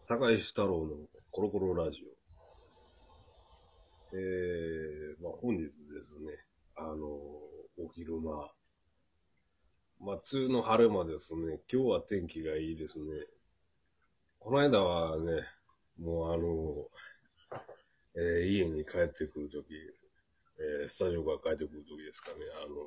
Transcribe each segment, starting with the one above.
坂井太郎のコロコロラジオ。本日ですね、お昼間、梅雨の晴れ間ですね、今日は天気がいいですね。この間はね、もう家に帰ってくるとき、スタジオから帰ってくるときですかね、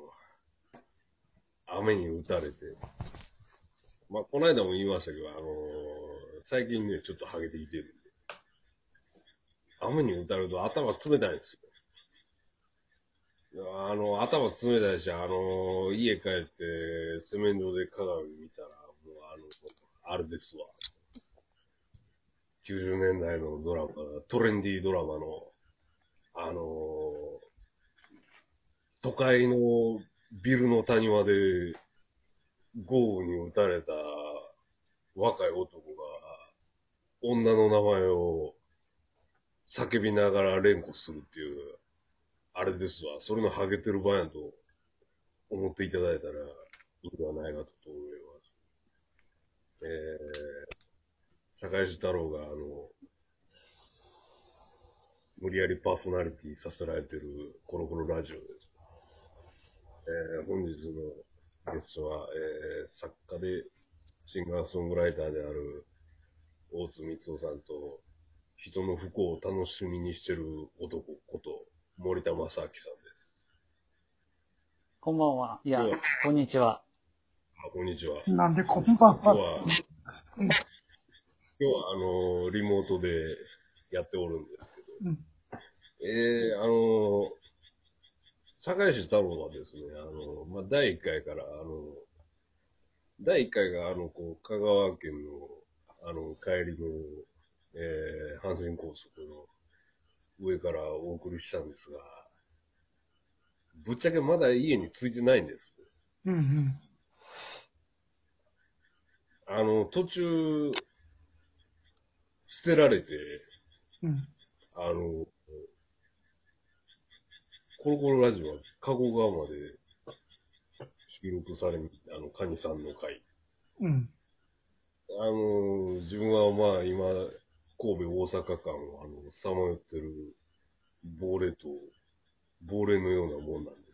雨に打たれて、この間も言いましたけど、最近ね、ちょっとハゲてきてるんで、雨に打たれると頭冷たいんですよ。頭冷たいし、家帰って、洗面所で鏡見たら、もうあれですわ。90年代のドラマ、トレンディードラマの、都会のビルの谷間で豪雨に打たれた若い男が、女の名前を叫びながら連呼するっていう、あれですわ。それのハゲてる版やと思っていただいたらいいんではないかと思います。坂井太郎が無理やりパーソナリティさせられてるコロコロラジオです。本日のゲストは、作家でシンガーソングライターである大津光夫さんと、人の不幸を楽しみにしてる男こと森田正明さんです。 こんばんは。いや、こんにちは。 こんにちは。 なんでこんばんは。 今日はリモートでやっておるんですけど、坂井太郎はですね、第1回から、第1回が香川県の、帰りの、阪神高速の上からお送りしたんですが、ぶっちゃけまだ家に着いてないんです。途中、捨てられて、コロコロラジオは加古川まで収録されに、カニさんの回。自分は今、神戸大阪間をさまよってる亡霊のようなもんなんです。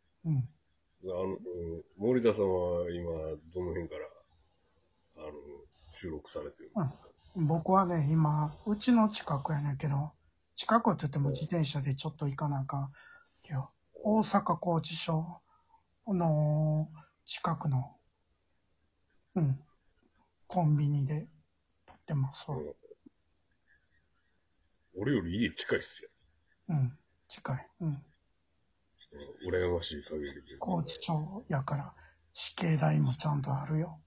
森田さんは今、どの辺から、収録されてるんですか？ 僕はね、今、うちの近くやねんけど、近くって言っても自転車でちょっと行かなあかんけど、大阪拘置所の近くの、コンビニで撮ってますわ。 俺より家近いっすよ。 近い。 羨ましい限りで。 拘置所やから、死刑台もちゃんとあるよ。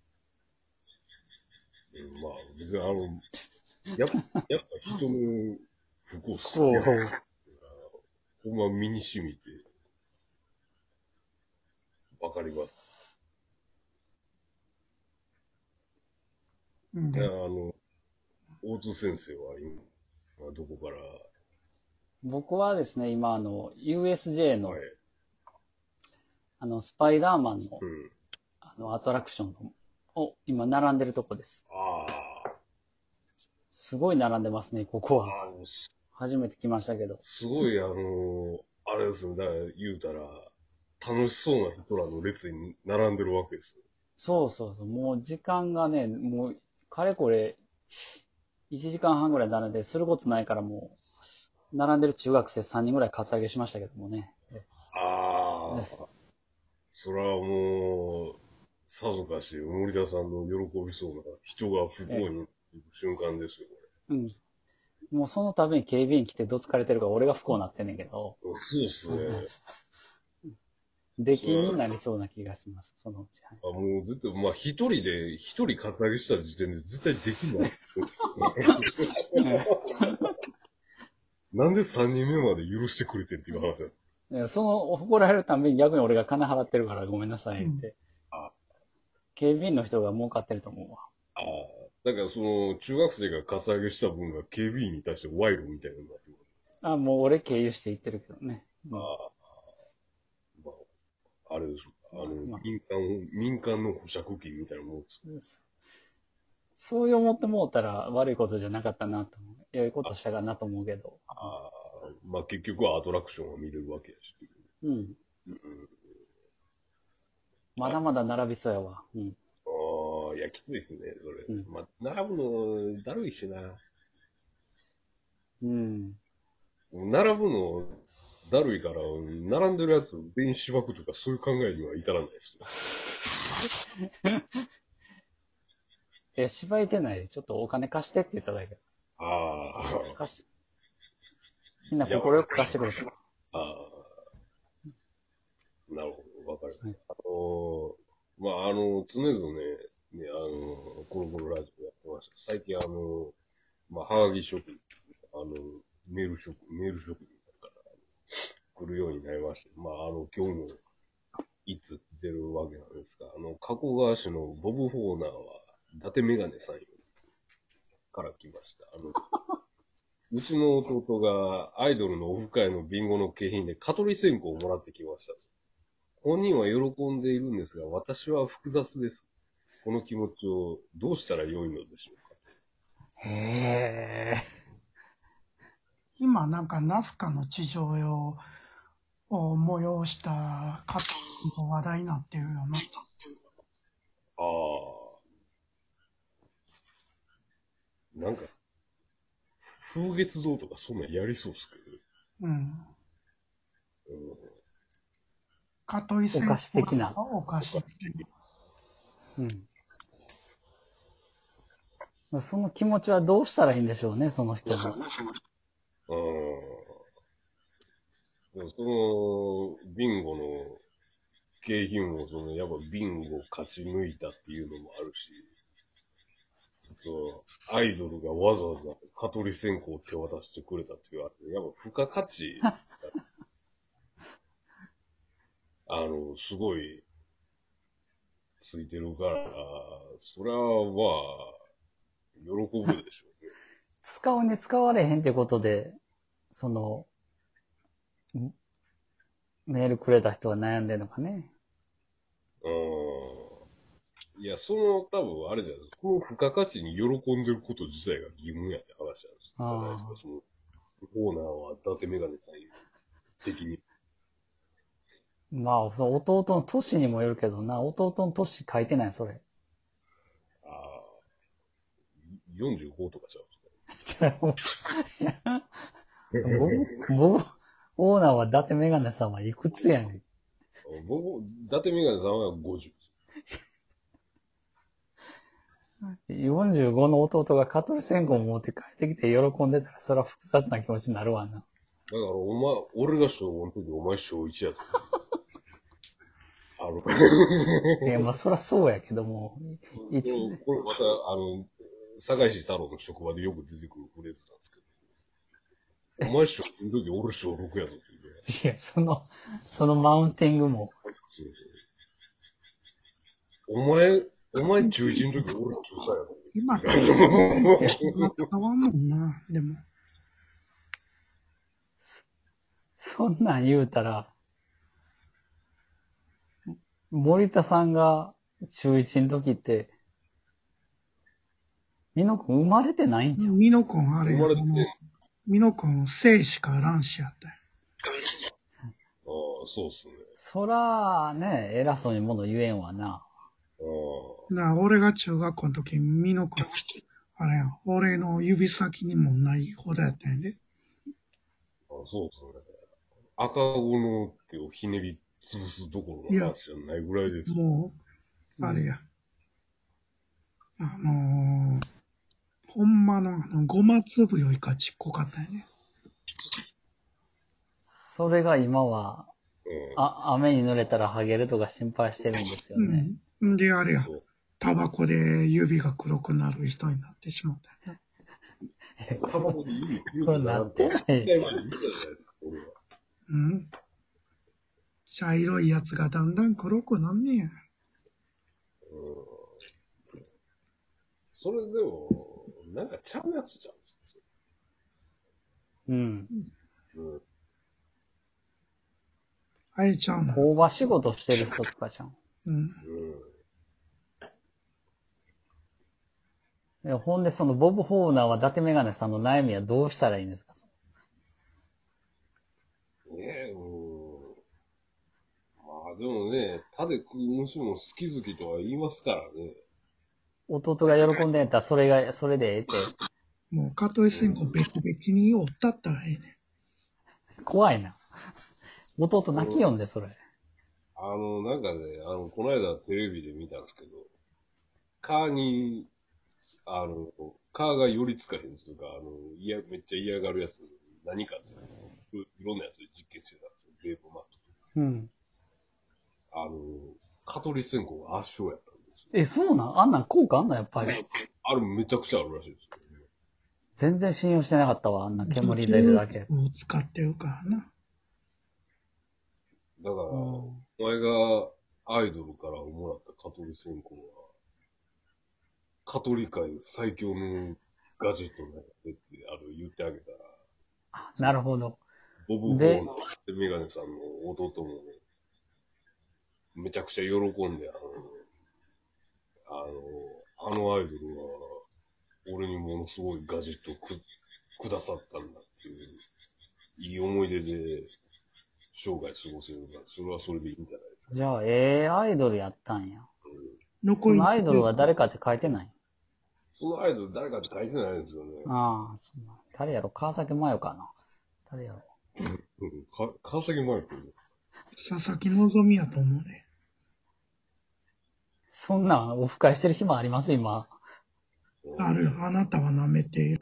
別にやっぱ人の不幸好きや。ほんま身に染みて、わかります。 で、 大津先生は今、どこから？ 僕はですね、今、USJ の、 はい、 スパイダーマンの、 うん、 アトラクションを今並んでるとこです。すごい並んでますね、ここは。初めて来ましたけど。 すごい、あれですね、だから言うたら、楽しそうな人らの列に並んでるわけです。 そうそうそう。もう時間がね、もう、かれこれ、1時間半ぐらい並んで、することないからもう、並んでる中学生3人ぐらいカツアゲしましたけどもね。 それはもう、さぞかし森田さんの喜びそうな人が不幸になる瞬間ですよ、これ。もうその度に警備員来てどつかれてるから俺が不幸になってんねんけど。 そうっすね。 出禁になりそうな気がします、そのうち。 もう絶対、一人カツアゲした時点で絶対できない。なんで3人目まで許してくれてんっていう話だ。 その怒られるたびに逆に俺が金払ってるからごめんなさいって。警備員の人が儲かってると思うわ。 だから中学生がカツアゲした分が警備員に対して賄賂みたいなのになってくる。 もう俺経由して言ってるけどね。 あれでしょ。民間の保釈金みたいなもんです。 そう思ってもうたら悪いことじゃなかったなと思う。良いことしたかなと思うけど。 ああ、まあ結局はアトラクションは見れるわけやし。 うん。 うん。 まだまだ並びそうやわ。うん。 ああ、いや、きついっすね、それ。 うんまあ、並ぶの、だるいしな。 うん。 並ぶの、だるいから、並んでるやつを全員しばくとか、そういう考えには至らないですよ。 芝居てない。ちょっとお金貸してって言っただけ。 ああ、 貸し、みんな心よく貸してくれた。 ああ、なるほど、わかる。 はいまあ、常々ね、コロコロラジオやってました。最近まあ、はがき職人、メール職人だから来るようになりまして、まあ、今日も、いつ来てるわけなんですが、加古川市のボブ・フォーナーは、伊達メガネさんから来ました。うちの弟がアイドルのオフ会のビンゴの景品で蚊取り線香をもらってきました。本人は喜んでいるんですが、私は複雑です。この気持ちをどうしたらよいのでしょうか。 へえ。 今なんかナスカの地上絵を催した方が話題になってるよな。 ああ。なんか、風月堂とかそんなんやりそうっすけど。 うん。 うん、 蚊取り線お菓子的な。 お菓子的うん。その気持ちはどうしたらいいんでしょうね、その人も。 でもビンゴの景品も、やっぱビンゴ勝ち抜いたっていうのもあるし、アイドルがわざわざ蚊取り線香を手渡してくれたっていう、やっぱ付加価値が、すごい、ついてるから、それはまあ、喜ぶでしょうね。 使うに使われへんってことで、メールくれた人は悩んでるのかね。 いや、多分あれじゃないですか。その付加価値に喜んでること自体が疑問やって話じゃないですか。その、オーナーは伊達メガネさん的に。 まあ、その弟の年にもよるけどな、弟の年書いてない、それ。 ああ、45とかちゃうんですか。 僕、オーナーは伊達メガネさんはいくつやねん。 僕、伊達メガネさんは50。 45の弟が蚊取り線香を持って帰ってきて喜んでたら、それは複雑な気持ちになるわな。 だから俺が小5の時お前小1やと。 いや、まあ、そりゃそうやけども、いつ、 これまた、堺市太郎の職場でよく出てくるフレーズなんですけど。お前小5の時俺小6やぞって言うね。 いや、そのマウンティングも、 そうお前中1の時俺中3やぞ。 今、使わんもんな、でも。 そんなん言うたら、森田さんが中1の時って、みのくん生まれてないんじゃん。 ミノ君あれや、 生まれてて、 ミノ君生死か卵子やったよ。 ああ、そうっすね。 そら、ね、偉そうにもの言えんわな。 俺が中学校の時、ミノ君、あれや、俺の指先にもないほどやったんやで。 そうっすね。赤子の手をひねり潰すどころの話じゃないぐらいです。 もう、あれや。ほんまのごま粒よりかちっこかったんやね。 それが今は、 うん。 雨に濡れたらハゲるとか心配してるんですよね。 うん。で、あれやそ、うタバコで指が黒くなる人になってしまったんや。 タバコで指これなってない一回前に言ったじゃないですか、俺は。 うん。茶色いやつがだんだん黒くなんねや。 それでも、なんかちゃうやつじゃん。 うん。 うん。 あえちゃうの。 工場仕事してる人とかじゃん。 うん。 うん。 いやほんで、そのボブ・ホーナーは伊達メガネさんの悩みはどうしたらいいんですか？ ねえ、まあでもね、他で食う虫も好き好きとは言いますからね。 弟が喜んでんやったら、それでええって。 もう、カトイ線香べきべきにおったったらええね怖いな。弟泣きよんで、それ。 なんかね、この間テレビで見たんですけど、カーに、カーが寄りつかへんとか、めっちゃ嫌がるやつ、何かっていろんなやつで実験してたんですよ。ベープマット。 うん。 蚊取り線香が圧勝やったんですよ。 え、そうなんあんなん効果あんのやっぱり。 あれめちゃくちゃあるらしいですよね。 全然信用してなかったわ、あんな煙ん。 出るだけ。 を使ってるからな。 だから、 うんお前がアイドルからもらった蚊取り線香は、蚊取り界最強のガジェットなんやでって、言ってあげたら、 なるほど。 ボブ・ホでーナー、メガネさんの弟も、めちゃくちゃ喜んで、あのアイドルは、俺にものすごいガジェットをくださったんだっていう、いい思い出で生涯過ごせるから、それはそれでいいんじゃないですか。 じゃあ、アイドルやったんや。 残りそのアイドルは誰かって書いてない？ そのアイドル誰かって書いてないんですよね。 ああ、そうなん。誰やろ川崎麻世かな。誰やろ川崎麻世君。 佐々木希やと思うね。 そんなんオフ会してる暇あります今。 あるよ。あなたは舐めている。